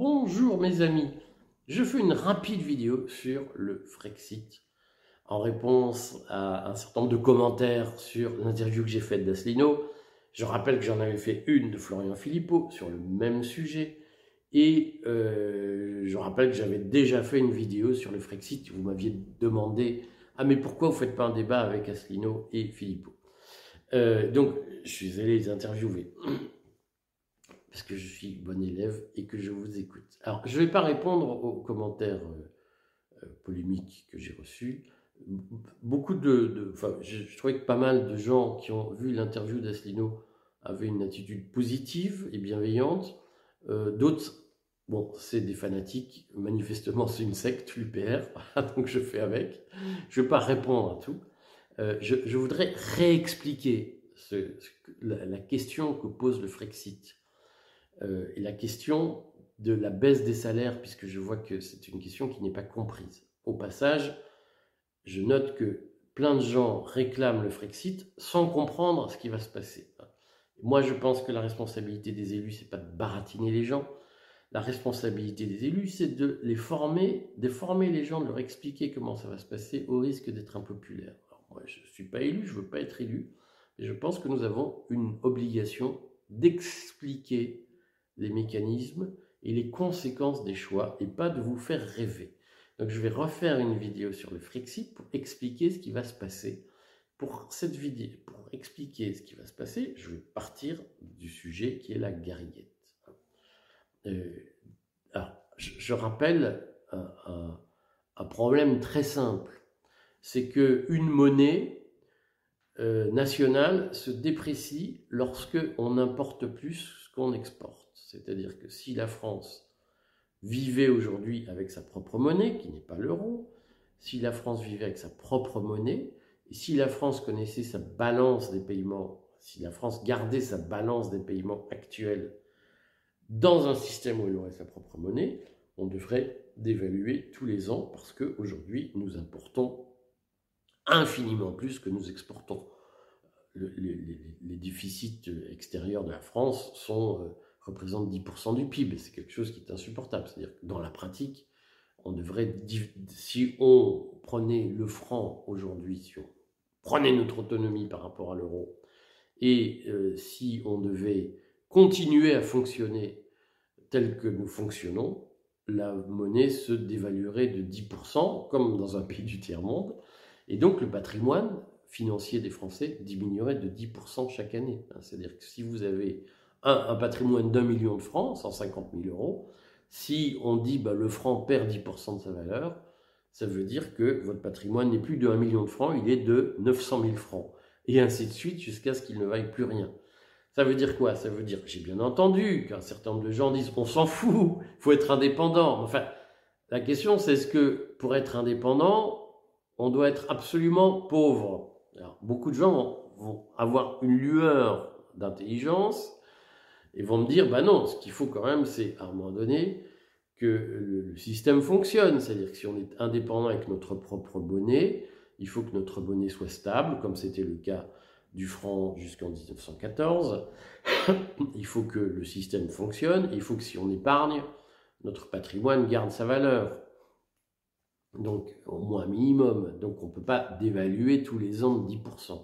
Bonjour mes amis, je fais une rapide vidéo sur le Frexit en réponse à un certain nombre de commentaires sur l'interview que j'ai faite d'Asselineau. Je rappelle que j'en avais fait une de Florian Philippot sur le même sujet et je rappelle que j'avais déjà fait une vidéo sur le Frexit. Vous m'aviez demandé « Ah mais pourquoi vous ne faites pas un débat avec Asselineau et Philippot ?» Donc je suis allé les interviewer parce que je suis bon élève et que je vous écoute. Alors, je ne vais pas répondre aux commentaires polémiques que j'ai reçus. Beaucoup je trouvais que pas mal de gens qui ont vu l'interview d'Asselineau avaient une attitude positive et bienveillante. D'autres, bon, c'est des fanatiques. Manifestement, c'est une secte, l'UPR, donc je fais avec. Je ne vais pas répondre à tout. Je voudrais réexpliquer la question que pose le Frexit. Et la question de la baisse des salaires, puisque je vois que c'est une question qui n'est pas comprise. Au passage, je note que plein de gens réclament le Frexit sans comprendre ce qui va se passer. Moi, je pense que la responsabilité des élus, c'est pas de baratiner les gens. La responsabilité des élus, c'est de former les gens, de leur expliquer comment ça va se passer au risque d'être impopulaire. Alors, moi, je ne suis pas élu, je ne veux pas être élu, mais je pense que nous avons une obligation d'expliquer les mécanismes et les conséquences des choix et pas de vous faire rêver. Donc je vais refaire une vidéo sur le Frexit pour expliquer ce qui va se passer. Pour cette vidéo, pour expliquer ce qui va se passer, je vais partir du sujet qui est la gariguette. Alors, je rappelle un problème très simple, c'est qu'une monnaie nationale se déprécie lorsque on importe plus qu'on exporte. C'est-à-dire que si la France vivait aujourd'hui avec sa propre monnaie, qui n'est pas l'euro, si la France vivait avec sa propre monnaie, et si la France connaissait sa balance des paiements, si la France gardait sa balance des paiements actuelle dans un système où elle aurait sa propre monnaie, on devrait dévaluer tous les ans parce qu'aujourd'hui, nous importons infiniment plus que nous exportons. Les déficits extérieurs de la France représentent 10% du PIB. C'est quelque chose qui est insupportable. C'est-à-dire que dans la pratique, on devrait, si on prenait le franc aujourd'hui, si on prenait notre autonomie par rapport à l'euro, et si on devait continuer à fonctionner tel que nous fonctionnons, la monnaie se dévaluerait de 10%, comme dans un pays du tiers-monde, et donc le patrimoine financier des Français diminuerait de 10% chaque année. C'est-à-dire que si vous avez un patrimoine d'1 million de francs, 150 000 euros, si on dit le franc perd 10% de sa valeur, ça veut dire que votre patrimoine n'est plus de 1 million de francs, il est de 900 000 francs. Et ainsi de suite jusqu'à ce qu'il ne vaille plus rien. Ça veut dire quoi? Ça veut dire, j'ai bien entendu qu'un certain nombre de gens disent on s'en fout, il faut être indépendant. Enfin, la question c'est est-ce que pour être indépendant, on doit être absolument pauvre? Alors, beaucoup de gens vont avoir une lueur d'intelligence et vont me dire non, ce qu'il faut quand même, c'est à un moment donné que le système fonctionne. C'est-à-dire que si on est indépendant avec notre propre monnaie, il faut que notre monnaie soit stable, comme c'était le cas du franc jusqu'en 1914. Il faut que le système fonctionne. Il faut que si on épargne, notre patrimoine garde sa valeur. Donc, au moins un minimum. Donc, on ne peut pas dévaluer tous les ans de 10%.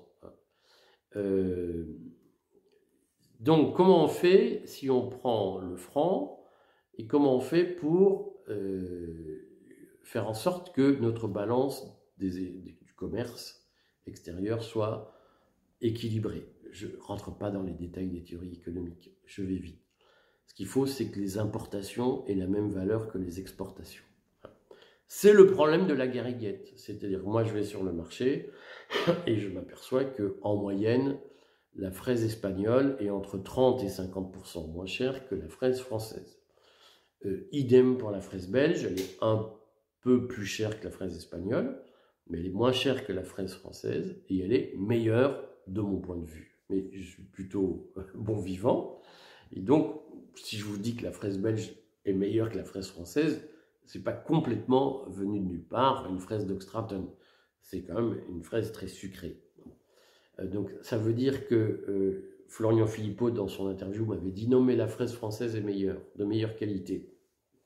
Donc, comment on fait si on prend le franc et comment on fait pour faire en sorte que notre balance du commerce extérieur soit équilibrée? Je ne rentre pas dans les détails des théories économiques, je vais vite. Ce qu'il faut, c'est que les importations aient la même valeur que les exportations. C'est le problème de la gariguette. C'est-à-dire, moi, je vais sur le marché et je m'aperçois qu'en moyenne, la fraise espagnole est entre 30 et 50% moins chère que la fraise française. Idem pour la fraise belge, elle est un peu plus chère que la fraise espagnole, mais elle est moins chère que la fraise française et elle est meilleure de mon point de vue. Mais je suis plutôt bon vivant. Et donc, si je vous dis que la fraise belge est meilleure que la fraise française, c'est pas complètement venu de nulle part, une fraise d'Oxtraton. C'est quand même une fraise très sucrée. Donc, ça veut dire que Florian Philippot, dans son interview, m'avait dit non, mais la fraise française est meilleure, de meilleure qualité.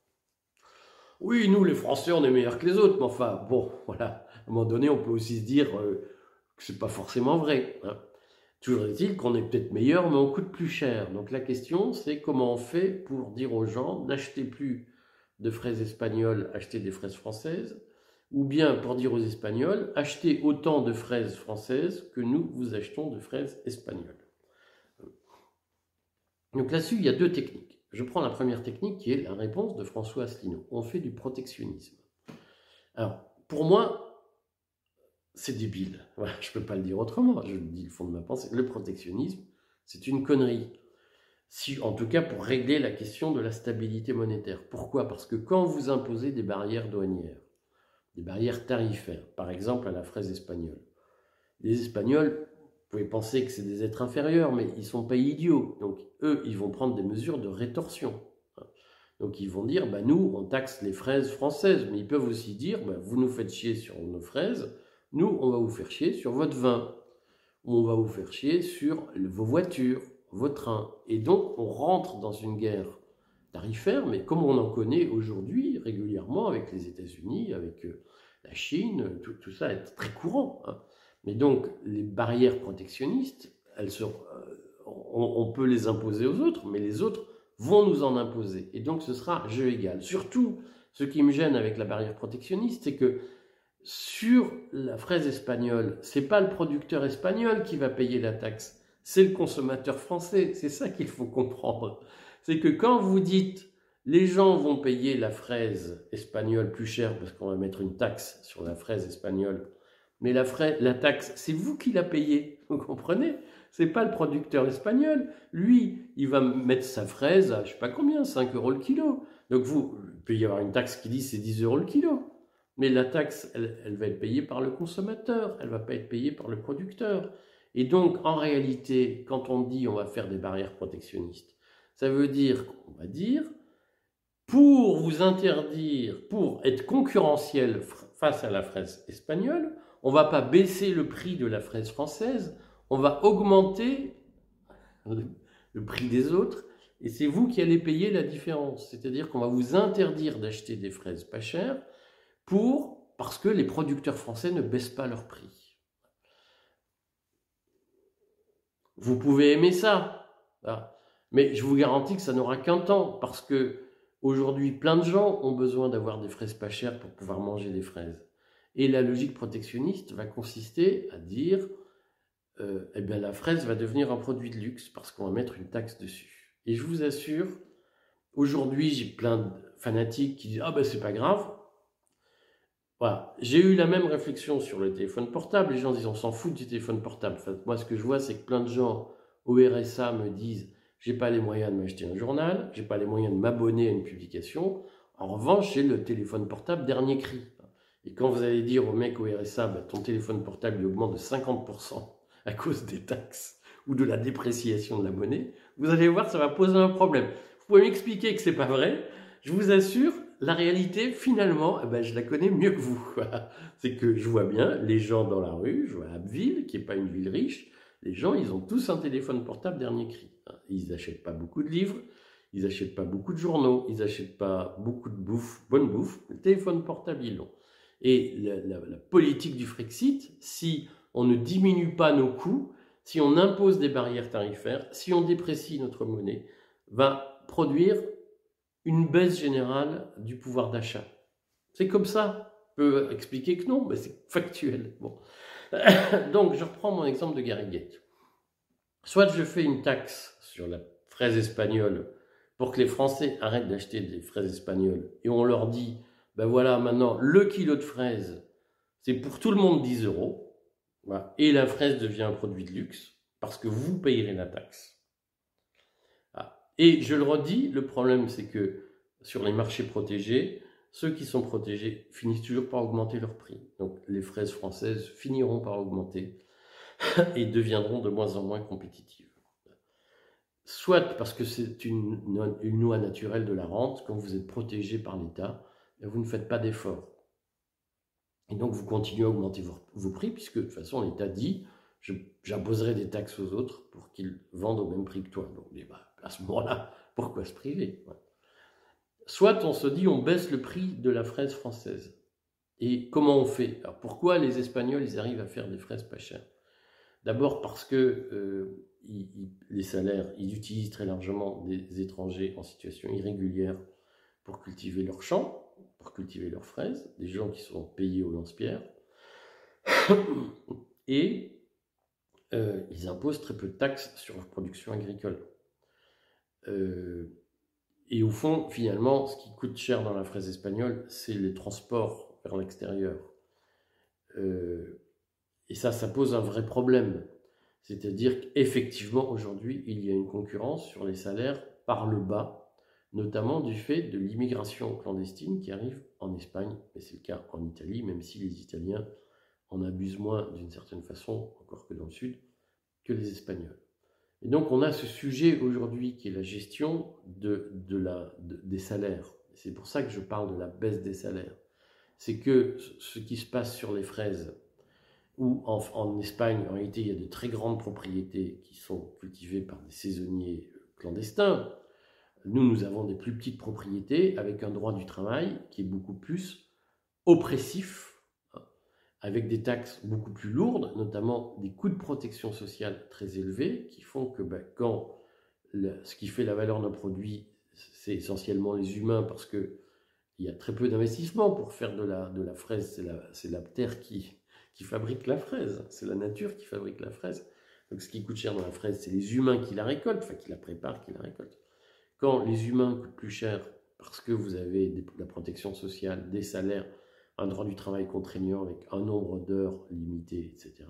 oui, nous les Français, on est meilleurs que les autres, mais enfin, bon, voilà, à un moment donné, on peut aussi se dire que c'est pas forcément vrai, hein. Toujours est-il qu'on est peut-être meilleur, mais on coûte plus cher. Donc la question, c'est comment on fait pour dire aux gens d'acheter plus de fraises espagnoles, acheter des fraises françaises, ou bien pour dire aux Espagnols, achetez autant de fraises françaises que nous vous achetons de fraises espagnoles. Donc là-dessus, il y a deux techniques. Je prends la première technique qui est la réponse de François Asselineau. On fait du protectionnisme. Alors, pour moi, c'est débile. Voilà, je ne peux pas le dire autrement. Je le dis le fond de ma pensée. Le protectionnisme, c'est une connerie. Si, en tout cas, pour régler la question de la stabilité monétaire. Pourquoi? Parce que quand vous imposez des barrières douanières, des barrières tarifaires, par exemple à la fraise espagnole, les Espagnols, vous pouvez penser que c'est des êtres inférieurs, mais ils ne sont pas idiots. Donc, eux, ils vont prendre des mesures de rétorsion. Donc, ils vont dire, bah, nous, on taxe les fraises françaises, mais ils peuvent aussi dire, bah, vous nous faites chier sur nos fraises, nous, on va vous faire chier sur votre vin, ou on va vous faire chier sur vos voitures, vos trains. Et donc, on rentre dans une guerre tarifaire, mais comme on en connaît aujourd'hui régulièrement avec les États-Unis, avec la Chine, tout ça est très courant, hein. Mais donc, les barrières protectionnistes, on peut les imposer aux autres, mais les autres vont nous en imposer. Et donc, ce sera jeu égal. Surtout, ce qui me gêne avec la barrière protectionniste, c'est que sur la fraise espagnole, c'est pas le producteur espagnol qui va payer la taxe, c'est le consommateur français. C'est ça qu'il faut comprendre. C'est que quand vous dites les gens vont payer la fraise espagnole plus cher parce qu'on va mettre une taxe sur la fraise espagnole, mais la taxe, c'est vous qui la payez, vous comprenez? C'est pas le producteur espagnol. Lui, il va mettre sa fraise à je sais pas combien, 5 € le kilo. Donc il peut y avoir une taxe qui dit c'est 10 € le kilo. Mais la taxe, elle va être payée par le consommateur, elle ne va pas être payée par le producteur. Et donc, en réalité, quand on dit on va faire des barrières protectionnistes, ça veut dire qu'on va dire, pour vous interdire, pour être concurrentiel face à la fraise espagnole, on ne va pas baisser le prix de la fraise française, on va augmenter le prix des autres, et c'est vous qui allez payer la différence. C'est-à-dire qu'on va vous interdire d'acheter des fraises pas chères, parce que les producteurs français ne baissent pas leur prix. Vous pouvez aimer ça, mais je vous garantis que ça n'aura qu'un temps, parce que aujourd'hui, plein de gens ont besoin d'avoir des fraises pas chères pour pouvoir manger des fraises. Et la logique protectionniste va consister à dire, eh bien, la fraise va devenir un produit de luxe parce qu'on va mettre une taxe dessus. Et je vous assure, aujourd'hui, j'ai plein de fanatiques qui disent « Ah ben c'est pas grave ». Voilà. J'ai eu la même réflexion sur le téléphone portable. Les gens disent on s'en fout du téléphone portable. Enfin, moi, ce que je vois, c'est que plein de gens au RSA me disent j'ai pas les moyens de m'acheter un journal, j'ai pas les moyens de m'abonner à une publication. En revanche, j'ai le téléphone portable dernier cri. Et quand vous allez dire au mec au RSA bah, ton téléphone portable il augmente de 50% à cause des taxes ou de la dépréciation de la monnaie, vous allez voir, ça va poser un problème. Vous pouvez m'expliquer que c'est pas vrai. Je vous assure, la réalité, finalement, eh ben, je la connais mieux que vous. Voilà. C'est que je vois bien les gens dans la rue, je vois Abbeville, qui n'est pas une ville riche, les gens, ils ont tous un téléphone portable dernier cri. Ils n'achètent pas beaucoup de livres, ils n'achètent pas beaucoup de journaux, ils n'achètent pas beaucoup de bouffe, bonne bouffe. Le téléphone portable, ils l'ont. Et la politique du Frexit, si on ne diminue pas nos coûts, si on impose des barrières tarifaires, si on déprécie notre monnaie, va produire une baisse générale du pouvoir d'achat. C'est comme ça. On peut expliquer que non, mais c'est factuel. Bon. Donc, je reprends mon exemple de Garriguette. Soit je fais une taxe sur la fraise espagnole pour que les Français arrêtent d'acheter des fraises espagnoles et on leur dit, ben voilà, maintenant, le kilo de fraises, c'est pour tout le monde 10 €. Voilà, et la fraise devient un produit de luxe parce que vous payerez la taxe. Et je le redis, le problème c'est que sur les marchés protégés, ceux qui sont protégés finissent toujours par augmenter leur prix. Donc les fraises françaises finiront par augmenter et deviendront de moins en moins compétitives. Soit parce que c'est une loi naturelle de la rente, quand vous êtes protégé par l'État, vous ne faites pas d'efforts. Et donc vous continuez à augmenter vos prix, puisque de toute façon l'État dit j'imposerai des taxes aux autres pour qu'ils vendent au même prix que toi. Donc à ce moment-là, pourquoi se priver? soit on se dit on baisse le prix de la fraise française. Et comment on fait? Alors pourquoi les Espagnols ils arrivent à faire des fraises pas chères? D'abord parce que les salaires, ils utilisent très largement des étrangers en situation irrégulière pour cultiver leurs champs, pour cultiver leurs fraises, des gens qui sont payés au lance-pierre. Et ils imposent très peu de taxes sur leur production agricole. Et au fond, finalement, ce qui coûte cher dans la fraise espagnole, c'est les transports vers l'extérieur. Et ça pose un vrai problème. C'est-à-dire qu'effectivement, aujourd'hui, il y a une concurrence sur les salaires par le bas, notamment du fait de l'immigration clandestine qui arrive en Espagne, mais c'est le cas en Italie, même si les Italiens en abusent moins d'une certaine façon, encore que dans le sud, que les Espagnols. Et donc on a ce sujet aujourd'hui qui est la gestion des salaires. C'est pour ça que je parle de la baisse des salaires. C'est que ce qui se passe sur les fraises, où en Espagne, en réalité, il y a de très grandes propriétés qui sont cultivées par des saisonniers clandestins. Nous avons des plus petites propriétés avec un droit du travail qui est beaucoup plus oppressif, avec des taxes beaucoup plus lourdes, notamment des coûts de protection sociale très élevés, qui font que quand ce qui fait la valeur d'un produit, c'est essentiellement les humains, parce qu'il y a très peu d'investissement pour faire de la fraise, c'est la terre qui fabrique la fraise, c'est la nature qui fabrique la fraise. Donc ce qui coûte cher dans la fraise, c'est les humains qui la récoltent, enfin qui la préparent, qui la récoltent. Quand les humains coûtent plus cher, parce que vous avez de la protection sociale, des salaires, un droit du travail contraignant avec un nombre d'heures limité, etc.,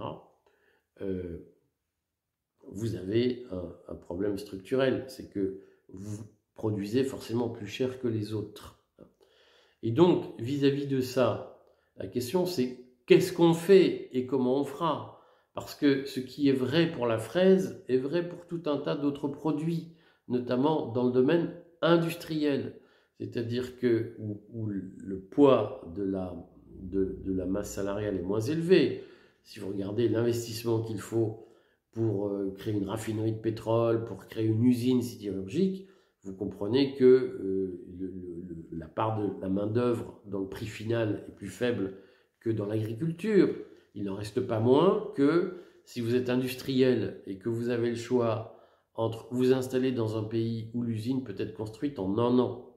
vous avez un problème structurel, c'est que vous produisez forcément plus cher que les autres. Et donc, vis-à-vis de ça, la question c'est qu'est-ce qu'on fait et comment on fera? Parce que ce qui est vrai pour la fraise est vrai pour tout un tas d'autres produits, notamment dans le domaine industriel. C'est-à-dire que où le poids de la masse salariale est moins élevé. Si vous regardez l'investissement qu'il faut pour créer une raffinerie de pétrole, pour créer une usine sidérurgique, vous comprenez que la part de la main-d'œuvre dans le prix final est plus faible que dans l'agriculture. Il n'en reste pas moins que si vous êtes industriel et que vous avez le choix entre vous installer dans un pays où l'usine peut être construite en un an,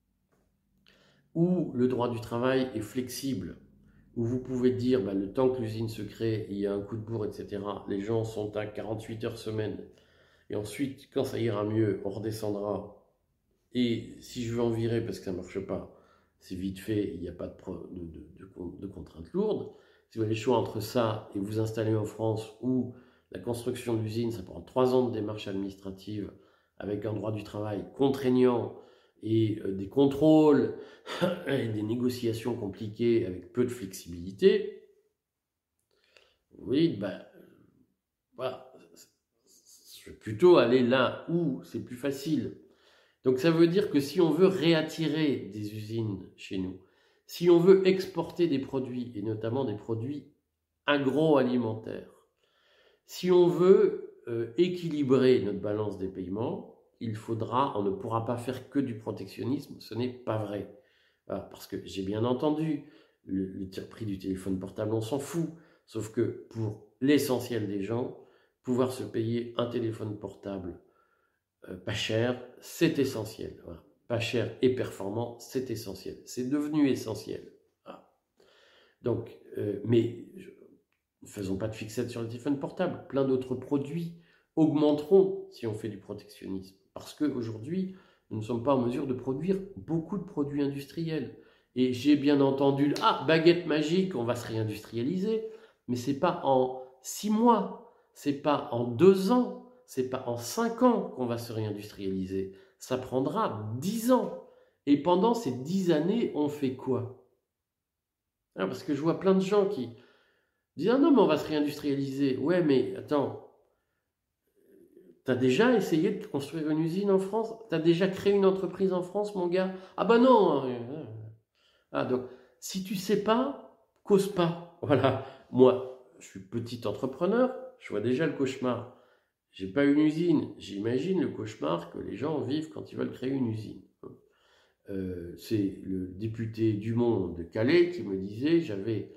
où le droit du travail est flexible, où vous pouvez dire le temps que l'usine se crée, il y a un coup de bourre, etc. Les gens sont à 48 heures semaine. Et ensuite, quand ça ira mieux, on redescendra. Et si je veux en virer parce que ça ne marche pas, c'est vite fait, il n'y a pas de contraintes lourdes. Si vous avez le choix entre ça et vous installer en France où la construction de l'usine, ça prend 3 ans de démarche administrative avec un droit du travail contraignant et des contrôles et des négociations compliquées avec peu de flexibilité, oui, voilà, je vais plutôt aller là où c'est plus facile. Donc ça veut dire que si on veut réattirer des usines chez nous, si on veut exporter des produits, et notamment des produits agroalimentaires, si on veut équilibrer notre balance des paiements, on ne pourra pas faire que du protectionnisme, ce n'est pas vrai. Voilà, parce que j'ai bien entendu, le prix du téléphone portable, on s'en fout, sauf que pour l'essentiel des gens, pouvoir se payer un téléphone portable pas cher, c'est essentiel. Voilà. Pas cher et performant, c'est essentiel. C'est devenu essentiel. Voilà. Donc, mais ne faisons pas de fixette sur le téléphone portable. Plein d'autres produits augmenteront si on fait du protectionnisme. Parce qu'aujourd'hui, nous ne sommes pas en mesure de produire beaucoup de produits industriels. Et j'ai bien entendu, baguette magique, on va se réindustrialiser. Mais ce n'est pas en 6 mois, ce n'est pas en 2 ans, c'est pas en 5 ans qu'on va se réindustrialiser. Ça prendra 10 ans. Et pendant ces 10 années, on fait quoi? Parce que je vois plein de gens qui disent « Ah non, mais on va se réindustrialiser. » Ouais, mais attends, t'as déjà essayé de construire une usine en France? T'as déjà créé une entreprise en France, mon gars? Ah bah non. Donc, si tu sais pas, cause pas. Voilà. Moi, je suis petit entrepreneur, je vois déjà le cauchemar. J'ai pas une usine, j'imagine le cauchemar que les gens vivent quand ils veulent créer une usine. C'est le député Dumont de Calais qui me disait, j'avais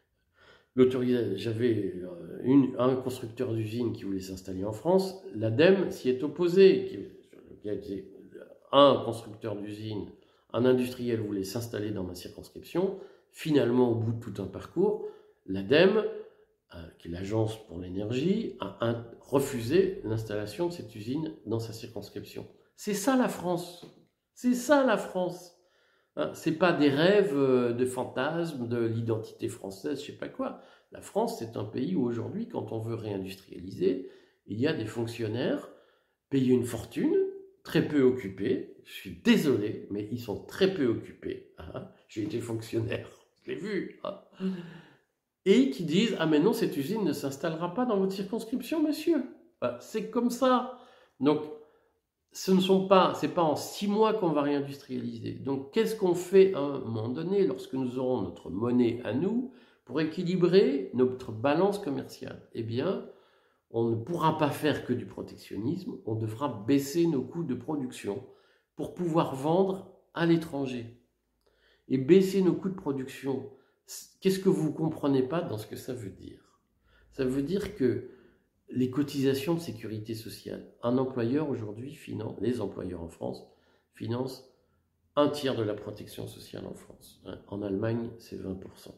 un constructeur d'usine qui voulait s'installer en France, l'ADEME s'y est opposé. Un constructeur d'usine, un industriel voulait s'installer dans ma circonscription. Finalement, au bout de tout un parcours, l'ADEME, qui est l'agence pour l'énergie, a refusé l'installation de cette usine dans sa circonscription. C'est ça la France. C'est ça la France. Hein, c'est pas des rêves de fantasmes, de l'identité française, je sais pas quoi. La France, c'est un pays où aujourd'hui, quand on veut réindustrialiser, il y a des fonctionnaires payés une fortune, très peu occupés. Je suis désolé, mais ils sont très peu occupés. Hein. J'ai été fonctionnaire, je l'ai vu. Hein. Et qui disent, ah mais non, cette usine ne s'installera pas dans votre circonscription, monsieur. C'est comme ça. Donc, c'est pas en 6 mois qu'on va réindustrialiser. Donc, qu'est-ce qu'on fait à un moment donné, lorsque nous aurons notre monnaie à nous, pour équilibrer notre balance commerciale? Eh bien, on ne pourra pas faire que du protectionnisme, on devra baisser nos coûts de production pour pouvoir vendre à l'étranger. Et baisser nos coûts de production, qu'est-ce que vous ne comprenez pas dans ce que ça veut dire? Ça veut dire que les cotisations de sécurité sociale, un employeur aujourd'hui, les employeurs en France, financent un tiers de la protection sociale en France. En Allemagne, c'est 20%.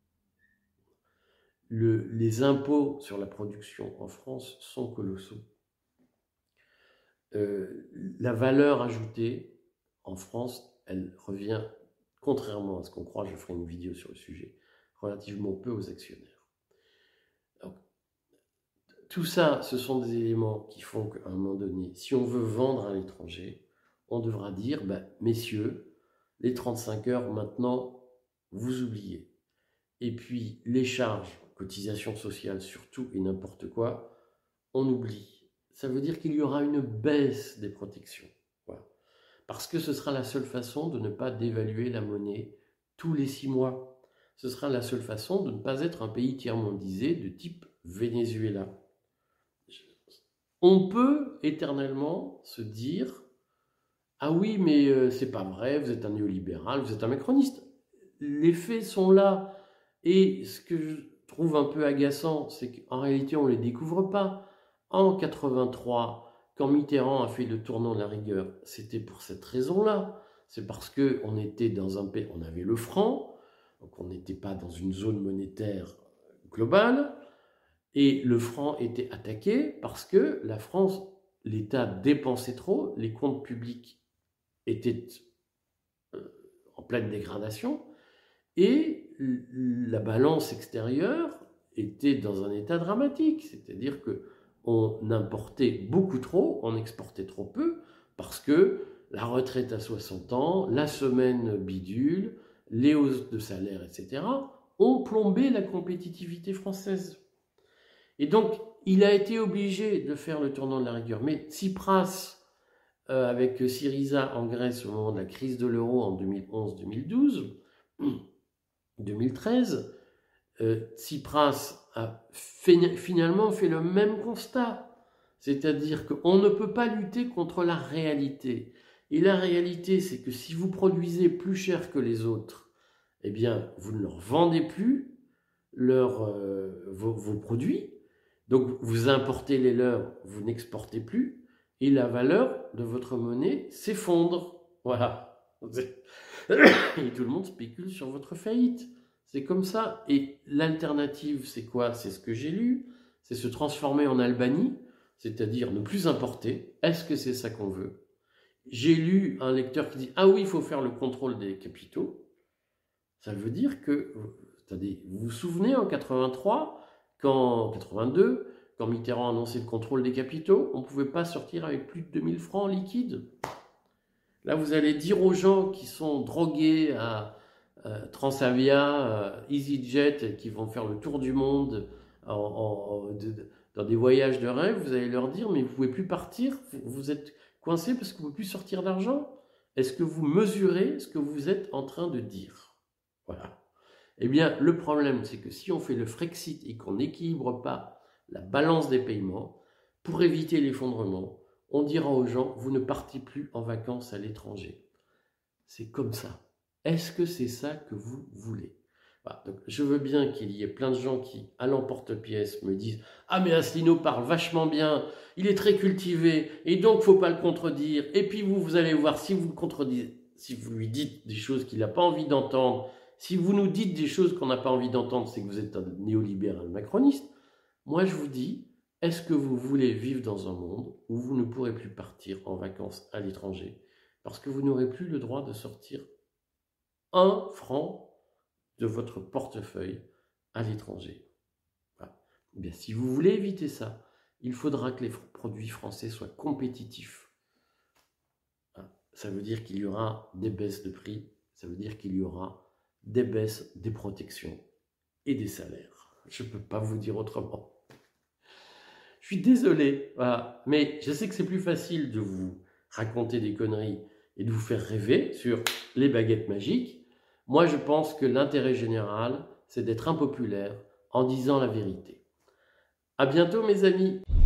Les impôts sur la production en France sont colossaux. La valeur ajoutée en France, elle revient, contrairement à ce qu'on croit, je ferai une vidéo sur le sujet, relativement peu aux actionnaires. Donc, tout ça, ce sont des éléments qui font qu'à un moment donné, si on veut vendre à l'étranger, on devra dire, messieurs, les 35 heures, maintenant, vous oubliez. Et puis, les charges, cotisations sociales surtout, et n'importe quoi, on oublie. Ça veut dire qu'il y aura une baisse des protections. Voilà. Parce que ce sera la seule façon de ne pas dévaluer la monnaie tous les 6 mois. Ce sera la seule façon de ne pas être un pays tiers-mondisé de type Venezuela. On peut éternellement se dire « Ah oui, mais c'est pas vrai, vous êtes un néolibéral, vous êtes un macroniste. » Les faits sont là. Et ce que je trouve un peu agaçant, c'est qu'en réalité, on ne les découvre pas. En 83, quand Mitterrand a fait le tournant de la rigueur, c'était pour cette raison-là. C'est parce qu'on était dans un pays, on avait le franc, donc on n'était pas dans une zone monétaire globale, et le franc était attaqué parce que la France, l'État dépensait trop, les comptes publics étaient en pleine dégradation, et la balance extérieure était dans un état dramatique, c'est-à-dire qu'on importait beaucoup trop, on exportait trop peu, parce que la retraite à 60 ans, la semaine bidule, les hausses de salaire, etc., ont plombé la compétitivité française. Et donc, il a été obligé de faire le tournant de la rigueur. Mais Tsipras, avec Syriza en Grèce au moment de la crise de l'euro en 2011-2012, 2013, Tsipras a finalement fait le même constat. C'est-à-dire qu'on ne peut pas lutter contre la réalité. Et la réalité, c'est que si vous produisez plus cher que les autres, eh bien, vous ne leur vendez plus vos produits. Donc, vous importez les leurs, vous n'exportez plus. Et la valeur de votre monnaie s'effondre. Voilà. Et tout le monde spécule sur votre faillite. C'est comme ça. Et l'alternative, c'est quoi? C'est ce que j'ai lu. C'est se transformer en Albanie, c'est-à-dire ne plus importer. Est-ce que c'est ça qu'on veut? J'ai lu un lecteur qui dit « Ah oui, il faut faire le contrôle des capitaux ». Ça veut dire que, vous vous souvenez en 83, 82, quand Mitterrand a annoncé le contrôle des capitaux, on ne pouvait pas sortir avec plus de 2000 francs liquides. Là, vous allez dire aux gens qui sont drogués à Transavia, EasyJet, qui vont faire le tour du monde dans des voyages de rêve, vous allez leur dire, mais vous ne pouvez plus partir, vous êtes coincés parce que vous ne pouvez plus sortir d'argent. Est-ce que vous mesurez ce que vous êtes en train de dire? Voilà. Eh bien, le problème, c'est que si on fait le Frexit et qu'on n'équilibre pas la balance des paiements, pour éviter l'effondrement, on dira aux gens, vous ne partez plus en vacances à l'étranger. c'est comme ça. Est-ce que c'est ça que vous voulez? Voilà, donc je veux bien qu'il y ait plein de gens qui, à l'emporte-pièce, me disent « Ah mais Asselineau parle vachement bien, il est très cultivé, et donc faut pas le contredire. Et puis vous allez voir, si vous le contredisez, si vous lui dites des choses qu'il n'a pas envie d'entendre, si vous nous dites des choses qu'on n'a pas envie d'entendre, c'est que vous êtes un néolibéral macroniste. » Moi je vous dis, est-ce que vous voulez vivre dans un monde où vous ne pourrez plus partir en vacances à l'étranger parce que vous n'aurez plus le droit de sortir 1 franc de votre portefeuille à l'étranger? Voilà. Eh bien, si vous voulez éviter ça, il faudra que les produits français soient compétitifs. Ça veut dire qu'il y aura des baisses de prix, ça veut dire qu'il y aura des baisses des protections et des salaires. Je ne peux pas vous dire autrement. Je suis désolé, voilà. Mais je sais que c'est plus facile de vous raconter des conneries et de vous faire rêver sur les baguettes magiques. Moi, je pense que l'intérêt général, c'est d'être impopulaire en disant la vérité. À bientôt, mes amis.